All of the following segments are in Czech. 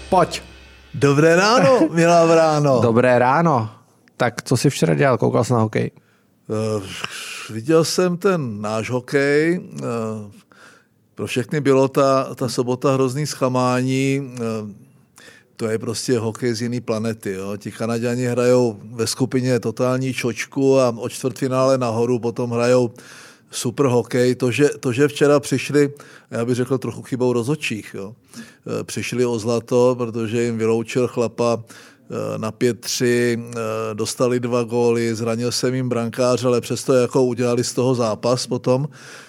Pojď. Dobré ráno, milá Vráno. Dobré ráno. Tak co jsi včera dělal? Koukal jsi na hokej? Viděl jsem ten náš hokej. Pro všechny bylo ta sobota hrozný zklamání. To je prostě hokej z jiné planety. Jo. Ti Kanaďani hrajou ve skupině totální čočku a od čtvrtfinále nahoru potom hrajou super hokej. To, že včera přišli, já bych řekl trochu chybou rozhodčích, jo. Přišli o zlato, protože jim vyloučil chlapa na 5-3, dostali 2 góly, zranil jsem jim brankář, ale přesto jako udělali z toho zápas potom.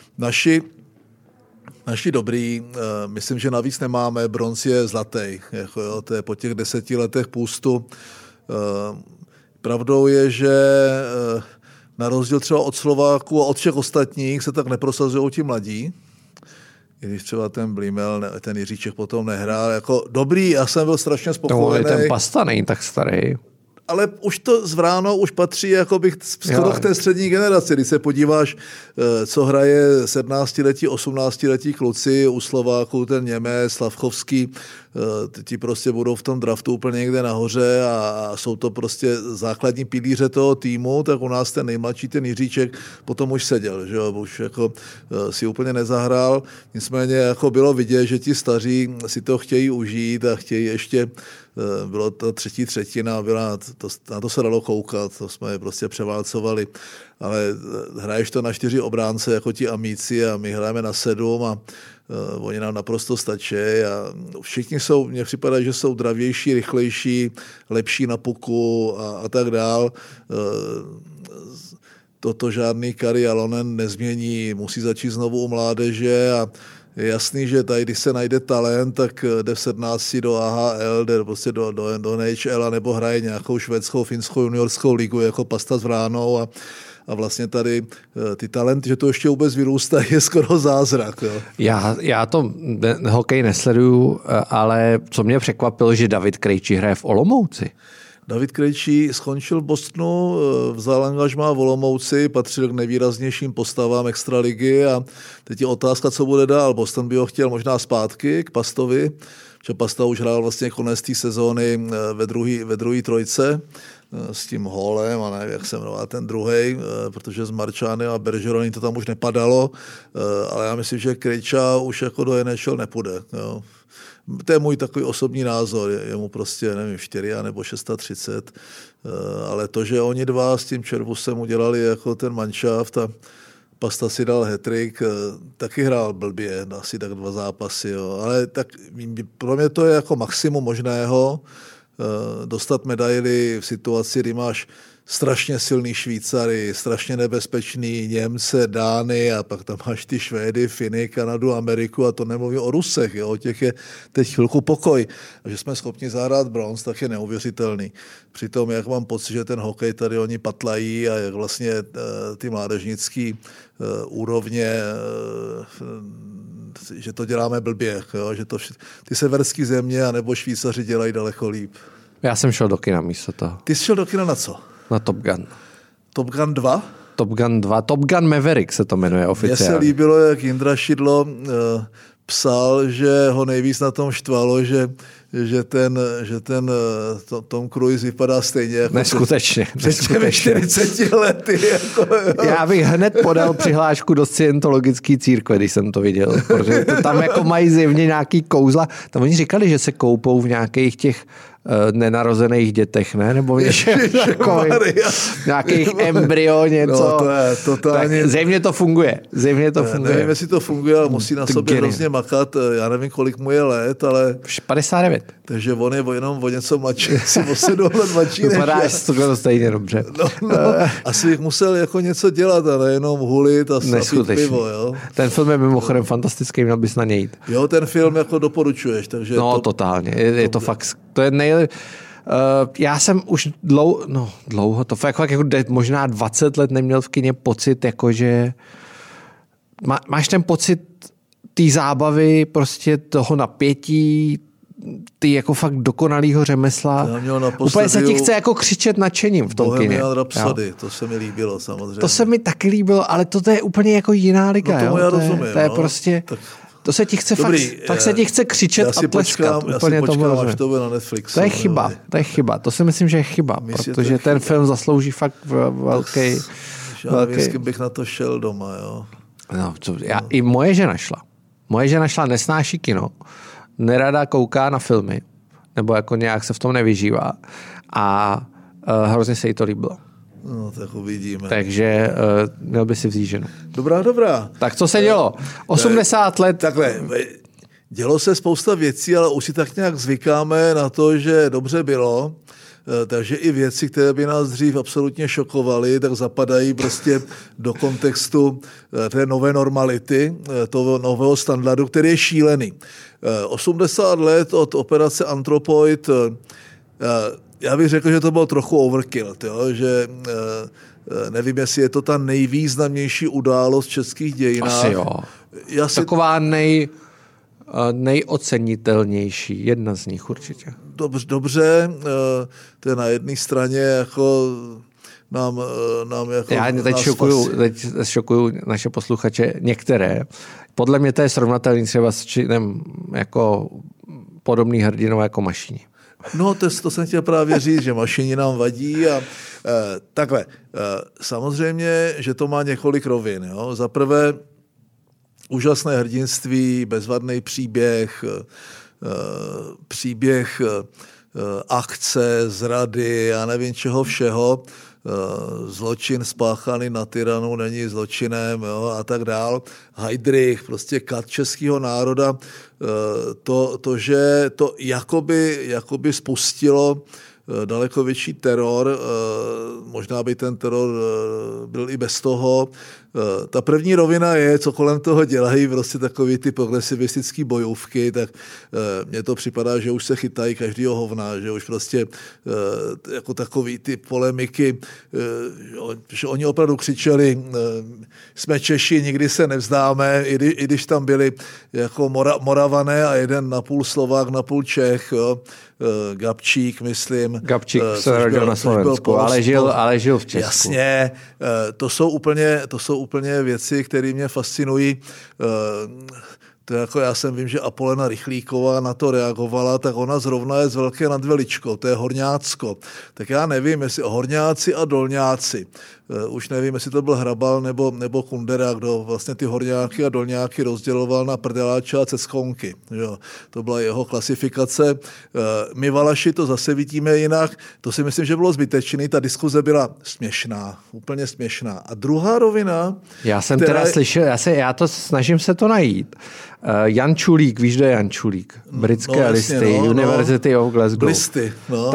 Naši dobrý, myslím, že navíc nemáme, bronz je zlatý, jako jo, to je po těch 10 letech půstu. Pravdou je, že na rozdíl třeba od Slováků a od všech ostatních se tak neprosazují ti mladí. I když třeba ten Blímel, ten Jiříček potom nehrál. Jako dobrý, já jsem byl strašně spokojený. Ten Pasta není tak starý. Ale už to s Vránou už patří jako bych skoro k té střední generaci. Když se podíváš, co hraje 17letí, 18letí kluci u Slováků, ten Němec, Slavkovský, ti prostě budou v tom draftu úplně někde nahoře a jsou to prostě základní pilíře toho týmu, tak u nás ten nejmladší, ten Jiříček, potom už seděl, že jo, už jako si úplně nezahrál. Nicméně jako bylo vidět, že ti staří si to chtějí užít a chtějí ještě. Bylo to třetí třetina, na to se dalo koukat, to jsme je prostě převálcovali, ale hraješ to na 4 obránce jako ti amíci a my hrajeme na 7 a oni nám naprosto stačí a všichni jsou, mně připadá, že jsou dravější, rychlejší, lepší na puku a tak dál. Toto žádný Kari Jalonen nezmění, musí začít znovu u mládeže a je jasný, že tady, když se najde talent, tak jde v 17 do AHL, jde prostě do NHL, nebo hraje nějakou švédskou, finskou juniorskou ligu jako Pasta s Vránou a vlastně tady ty talenty, že to ještě vůbec vyrůstá, je skoro zázrak. Jo. Já to hokej nesleduju, ale co mě překvapilo, že David Krejčí hraje v Olomouci. David Krejčí skončil v Bostonu, vzal angažmá v Olomouci, patřil k nejvýraznějším postavám extraligy a teď je otázka, co bude dál. Boston by ho chtěl možná zpátky k Pastovi, že Pasta už hrál vlastně konec té sezóny ve druhé trojce s tím Hallem a nevím, jak se jmenoval ten druhej, protože s Marčány a Bergeronem to tam už nepadalo, ale já myslím, že Krejča už jako do NHL nepůjde. Jo. To je můj takový osobní názor, je mu prostě, nevím, 4 nebo 630, ale to, že oni dva s tím Červusem udělali jako ten manšaft a Pasta si dal hat-trick, taky hrál blbě, asi tak 2 zápasy, jo. Ale tak pro mě to je jako maximum možného, dostat medaily v situaci, kdy máš strašně silný Švýcary, strašně nebezpečný Němce, Dány a pak tam máš ty Švédy, Finy, Kanadu, Ameriku a to nemluvím o Rusech, jo, o těch je teď chvilku pokoj. A že jsme schopni zahrát bronz, tak je neuvěřitelný. Přitom, jak mám pocit, že ten hokej tady oni patlají a jak vlastně ty mládežnický úrovně, že to děláme blbě, jo, že to ty severské země a nebo Švýcaři dělají daleko líp. Já jsem šel do kina místo toho. Ty jsi šel do kina na co? Na Top Gun. Top Gun 2? Top Gun 2. Top Gun Maverick se to jmenuje oficiálně. Mně se líbilo, jak Jindra Šidlo psal, že ho nejvíc na tom štvalo, že Tom Cruise vypadá stejně jako neskutečně. Před těmi 40 lety. Jako, já bych hned podal přihlášku do scientologické církve, když jsem to viděl, protože to tam jako mají zjevně nějaký kouzla. Tam oni říkali, že se koupou v nějakých těch nenarozených dětech, ne? Nebo nějakých embryo, něco. No, to je totálně... Zjevně to funguje. Nevím, jestli to funguje, ale musí na sobě hrozně makat. Já nevím, kolik mu je let, ale... 59. Takže on je jenom o něco mladší, asi o 7 let mladší. Vypadáš to stejně dobře. No, asi bych musel jako něco dělat a nejenom hulit a pít pivo, jo. Ten film je mimochodem fantastický, měl bys na něj jít. Jo, ten film jako doporučuješ, takže... No, totálně. Je to fakt... To je já jsem už dlouho, to fakt jako možná 20 let neměl v kině pocit, jakože máš ten pocit té zábavy, prostě toho napětí, ty jako fakt dokonalýho řemesla. Úplně se ti chce jako křičet nadšením v tom kině. Bohemian Rhapsody, to se mi líbilo samozřejmě. To se mi taky líbilo, ale to je úplně jako jiná liga. No tomu já rozumím. To je prostě... To se ti chce fakt se ti chce křičet a tleskat. Já si počkám, až to bude na Netflixu. To je chyba. To si myslím, že je chyba, protože ten film zaslouží fakt velký... Já nevím, s kým bych na to šel doma, jo. No, i moje žena šla. Moje žena šla, nesnáší kino, nerada kouká na filmy, nebo jako nějak se v tom nevyžívá a hrozně se jí to líbilo. No, tak uvidíme. Takže měl by si vzít ženu. Dobrá. Tak co se dělo? 80 let. Takhle, dělo se spousta věcí, ale už si tak nějak zvykáme na to, že dobře bylo, takže i věci, které by nás dřív absolutně šokovaly, tak zapadají prostě do kontextu té nové normality, toho nového standardu, který je šílený. 80 let od operace Anthropoid, já bych řekl, že to bylo trochu overkill, že nevím, jestli je to ta nejvýznamnější událost v českých dějinách. Asi jo. Taková nejocenitelnější, jedna z nich určitě. Dobře, to je na jedné straně jako nám jako... Já teď šokuju naše posluchače některé. Podle mě to je srovnatelný třeba s činem jako podobný hrdinové jako Mašíni. No, to jsem chtěl právě říct, že Mašíni nám vadí a takhle. Samozřejmě, že to má několik rovin. Jo? Za prvé, úžasné hrdinství, bezvadný příběh akce, zrady, já nevím čeho všeho, zločin spáchaný na tyranu není zločinem, jo, a tak dál. Heydrich, prostě kat českého národa, že to jakoby spustilo daleko větší teror, možná by ten teror byl i bez toho. Ta první rovina je, co kolem toho dělají, prostě takový ty progresivistický bojůvky, tak mně to připadá, že už se chytají každýho hovna, že už prostě jako takový ty polemiky, že oni opravdu křičeli, jsme Češi, nikdy se nevzdáme, i když tam byli jako Moravané a jeden napůl Slovák, napůl Čech, jo. Gabčík, myslím. Gabčík se narodil na Slovensku, ale žil v Česku. Jasně, to jsou úplně věci, které mě fascinují. To jako já vím, že Apolena Rychlíková na to reagovala, tak ona zrovna je z Velké nad Veličkou, to je Horňácko. Tak já nevím, jestli Horňáci a Dolňáci. Už nevím, jestli to byl Hrabal nebo Kundera, kdo vlastně ty Horňáky a Dolňáky rozděloval na prdeláče a ceskonky. Jo. To byla jeho klasifikace. My Valaši to zase vidíme jinak. To si myslím, že bylo zbytečný. Ta diskuze byla směšná, úplně směšná. A druhá rovina... Já jsem teda slyšel, snažím se to najít. Jan Čulík, víš, kdo je Jan Čulík? Britské listy, University of Glasgow. Blisty,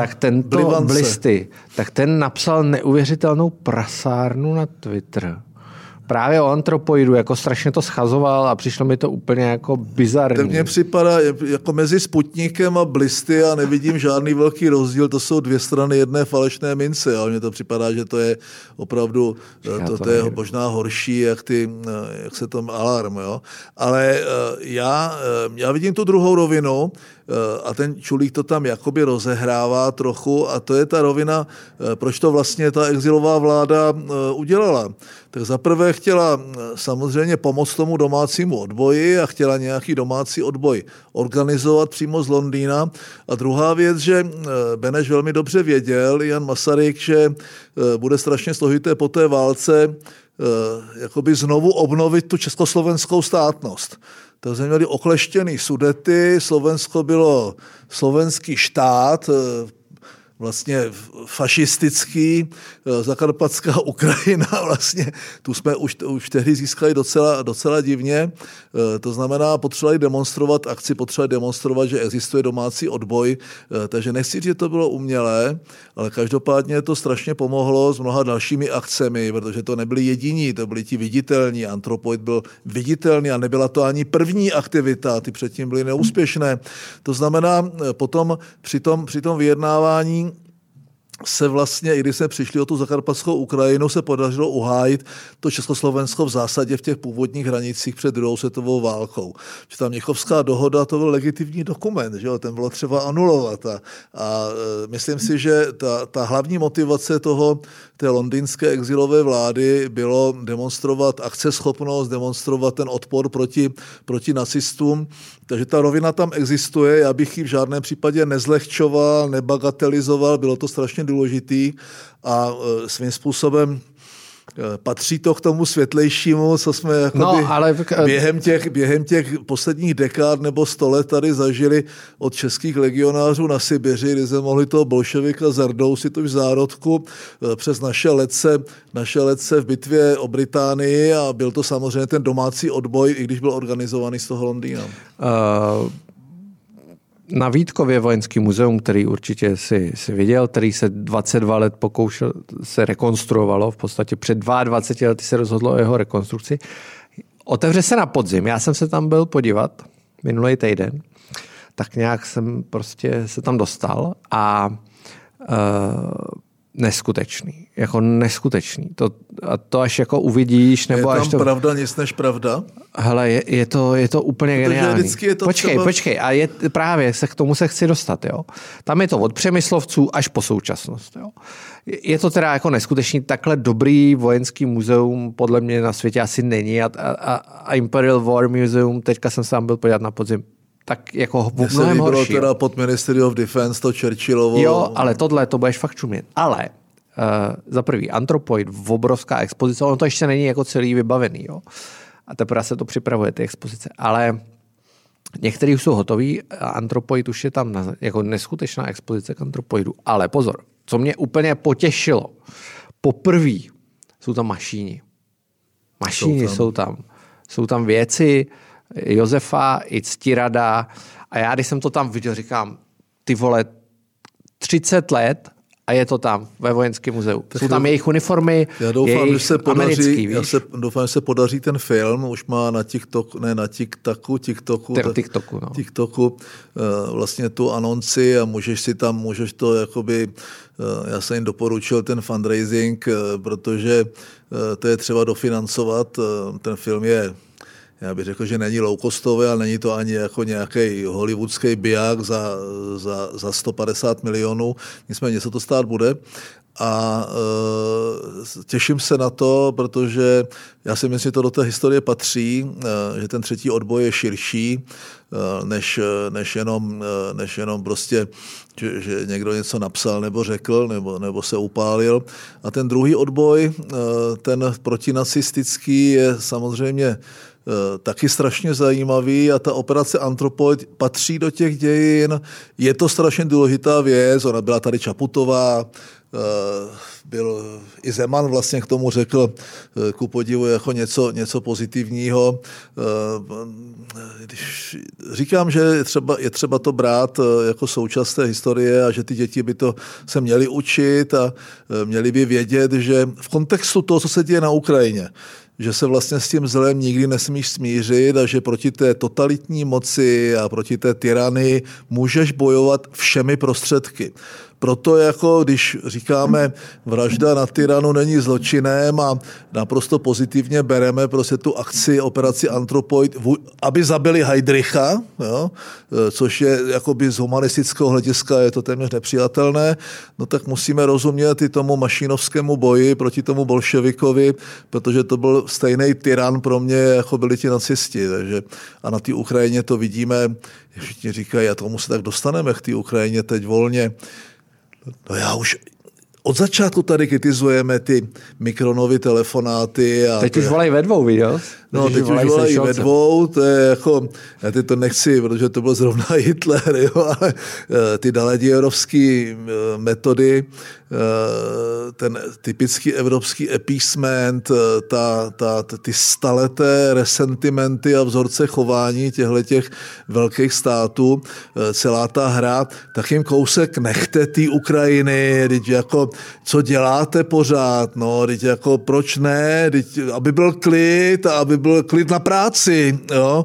tak ten napsal neuvěřitelnou prasárnu na Twitter. Právě o Anthropoidu, jako strašně to schazoval a přišlo mi to úplně jako bizarní. Tak mně připadá jako mezi Sputnikem a Blisty a nevidím žádný velký rozdíl, to jsou dvě strany jedné falešné mince, ale mně to připadá, že to je opravdu, to je možná horší, jak se to alarm, jo. Ale já vidím tu druhou rovinu a ten Čulík to tam jakoby rozehrává trochu a to je ta rovina, proč to vlastně ta exilová vláda udělala. Tak zaprvé chtěla samozřejmě pomoct tomu domácímu odboji a chtěla nějaký domácí odboj organizovat přímo z Londýna. A druhá věc, že Beneš velmi dobře věděl, Jan Masaryk, že bude strašně složité po té válce jakoby znovu obnovit tu československou státnost. Tak jsme měli okleštěný Sudety, Slovensko bylo slovenský štát, vlastně fašistický, zakarpatská Ukrajina vlastně, tu jsme už tehdy získali docela divně, to znamená potřebovali demonstrovat akci, potřebovali demonstrovat, že existuje domácí odboj, takže nechci říct, že to bylo umělé, ale každopádně to strašně pomohlo s mnoha dalšími akcemi, protože to nebyli jediní, to byli ti viditelní, Anthropoid byl viditelný a nebyla to ani první aktivita, ty předtím byly neúspěšné. To znamená, potom při tom vyjednávání se vlastně, i když jsme přišli o tu zakarpatskou Ukrajinu, se podařilo uhájit to Československo v zásadě v těch původních hranicích před druhou světovou válkou. Že ta Mnichovská dohoda, to byl legitimní dokument, že jo, ten bylo třeba anulovat. A myslím si, že ta hlavní motivace té londýnské exilové vlády bylo demonstrovat akceschopnost, demonstrovat ten odpor proti nacistům. Takže ta rovina tam existuje, já bych ji v žádném případě nezlehčoval, nebagatelizoval, bylo to strašně důležitý a svým způsobem patří to k tomu světlejšímu, co jsme během těch posledních dekád nebo 100 let tady zažili od českých legionářů na Sibiři, kdy jsme mohli toho bolševika zardousit už v zárodku přes naše letce v bitvě o Británii a byl to samozřejmě ten domácí odboj, i když byl organizovaný z toho Londýna. Na Vítkově vojenský muzeum, který určitě si viděl, který se 22 let pokoušel, se rekonstruovalo, v podstatě před 22 lety se rozhodlo o jeho rekonstrukci. Otevře se na podzim, já jsem se tam byl podívat minulý týden, tak nějak jsem prostě se tam dostal a neskutečný. Jako neskutečný. To až jako uvidíš, nebo je až tam pravda nic než pravda? Hele, je to úplně geniální. Počkej, a právě k tomu se chci dostat, jo. Tam je to od Přemyslovců až po současnost, jo. Je to teda jako neskutečný, takhle dobrý vojenský muzeum podle mě na světě asi není a Imperial War Museum, teďka jsem se tam byl podívat na podzim, tak jako mnohem horší. Teda pod Ministry of Defense to Churchillovo. Jo, ale tohle to budeš fakt čumět. Ale za prvý, Anthropoid, obrovská expozice, ono to ještě není jako celý vybavený, jo. A teprve se to připravuje, ty expozice. Ale některý už jsou hotový, Anthropoid už je tam jako neskutečná expozice k Anthropoidu. Ale pozor, co mě úplně potěšilo, poprvé jsou tam mašíni. Jsou tam věci Josefa i Ctirada a já, když jsem to tam viděl, říkám, ty vole, 30 let a je to tam ve vojenském muzeu. Jsou tam jejich uniformy, já doufám, jejich americký, víš? Doufám, že se podaří ten film, už má na TikToku vlastně tu anonci a můžeš to jakoby, já jsem jim doporučil ten fundraising, protože to je třeba dofinancovat, ten film je, já bych řekl, že není low-costový, ale není to ani jako nějaký hollywoodský biják za 150 milionů. Nicméně něco to stát bude. A těším se na to, protože já si myslím, že to do té historie patří, že ten třetí odboj je širší, než jenom prostě, že někdo něco napsal nebo řekl, nebo se upálil. A ten druhý odboj, ten protinacistický, je samozřejmě taky strašně zajímavý a ta operace Anthropoid patří do těch dějin. Je to strašně důležitá věc, ona byla tady Čaputová, byl i Zeman vlastně k tomu řekl ku podivu jako něco pozitivního. Když říkám, že je třeba to brát jako součást té historie a že ty děti by to se měly učit a měly by vědět, že v kontextu toho, co se děje na Ukrajině, že se vlastně s tím zlem nikdy nesmíš smířit a že proti té totalitní moci a proti té tyranii můžeš bojovat všemi prostředky. Proto jako když říkáme, vražda na tyranu není zločinem a naprosto pozitivně bereme prostě tu akci operaci Anthropoid, aby zabili Heydricha, jo, což je jakoby z humanistického hlediska je to téměř nepřijatelné, no tak musíme rozumět i tomu mašinovskému boji proti tomu bolševikovi, protože to byl stejný tyran pro mě, jako byli ti nacisti. Takže a na té Ukrajině to vidíme, všichni říkají, a tomu se tak dostaneme k té Ukrajině teď volně. No já už od začátku tady kritizujeme ty Mikronovy telefonáty. A teď už volají ve dvou, viděl? No, teď už volají ve dvou, to je jako, já teď to nechci, protože to byl zrovna Hitler, jo, ale ty daledierovský metody, ten typický evropský appeasement, ty staleté resentimenty a vzorce chování těchto velkých států, celá ta hra, tak jim kousek nechte té Ukrajiny, teď jako, co děláte pořád, no, teď jako, proč ne, teď, aby byl klid a aby byl klid na práci, jo.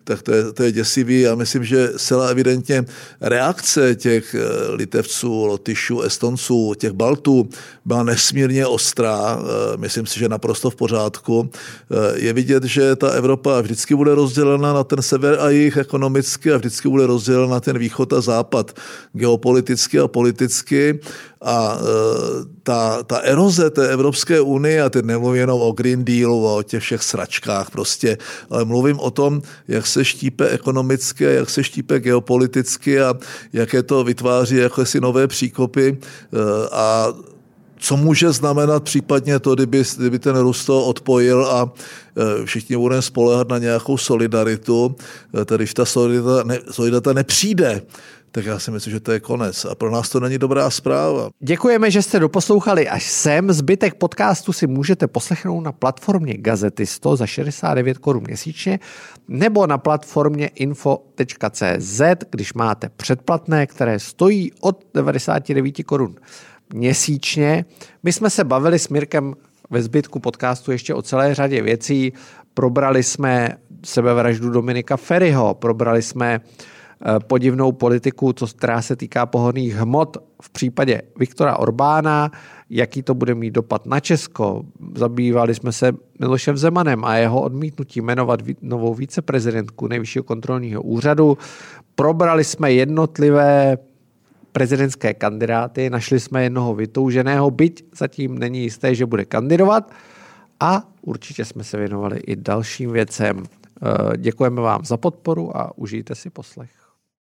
tak to je děsivý. Já myslím, že zcela evidentně reakce těch Litevců, Lotyšů, Estonců, těch Baltů byla nesmírně ostrá. Myslím si, že naprosto v pořádku. Je vidět, že ta Evropa vždycky bude rozdělena na ten sever a jih ekonomicky a vždycky bude rozdělena na ten východ a západ geopoliticky a politicky. A ta eroze té Evropské unie, a teď nemluvím jenom o Green Dealu, o těch všech sračkách prostě, ale mluvím o tom, jak se štípe ekonomicky, jak se štípe geopoliticky a jaké to vytváří jakési nové příkopy a co může znamenat případně to, kdyby ten Rus to odpojil a všichni budeme spoléhat na nějakou solidaritu, tedy když ta solidarita nepřijde, tak já si myslím, že to je konec. A pro nás to není dobrá zpráva. Děkujeme, že jste doposlouchali až sem. Zbytek podcastu si můžete poslechnout na platformě Gazetisto za 69 korun měsíčně nebo na platformě info.cz, když máte předplatné, které stojí od 99 korun měsíčně. My jsme se bavili s Mirkem ve zbytku podcastu ještě o celé řadě věcí. Probrali jsme sebevraždu Dominika Feriho, probrali jsme podivnou politiku, která se týká pohonných hmot v případě Viktora Orbána, jaký to bude mít dopad na Česko. Zabývali jsme se Milošem Zemanem a jeho odmítnutí jmenovat novou viceprezidentku Nejvyššího kontrolního úřadu. Probrali jsme jednotlivé prezidentské kandidáty, našli jsme jednoho vytouženého, byť zatím není jisté, že bude kandidovat a určitě jsme se věnovali i dalším věcem. Děkujeme vám za podporu a užijte si poslech.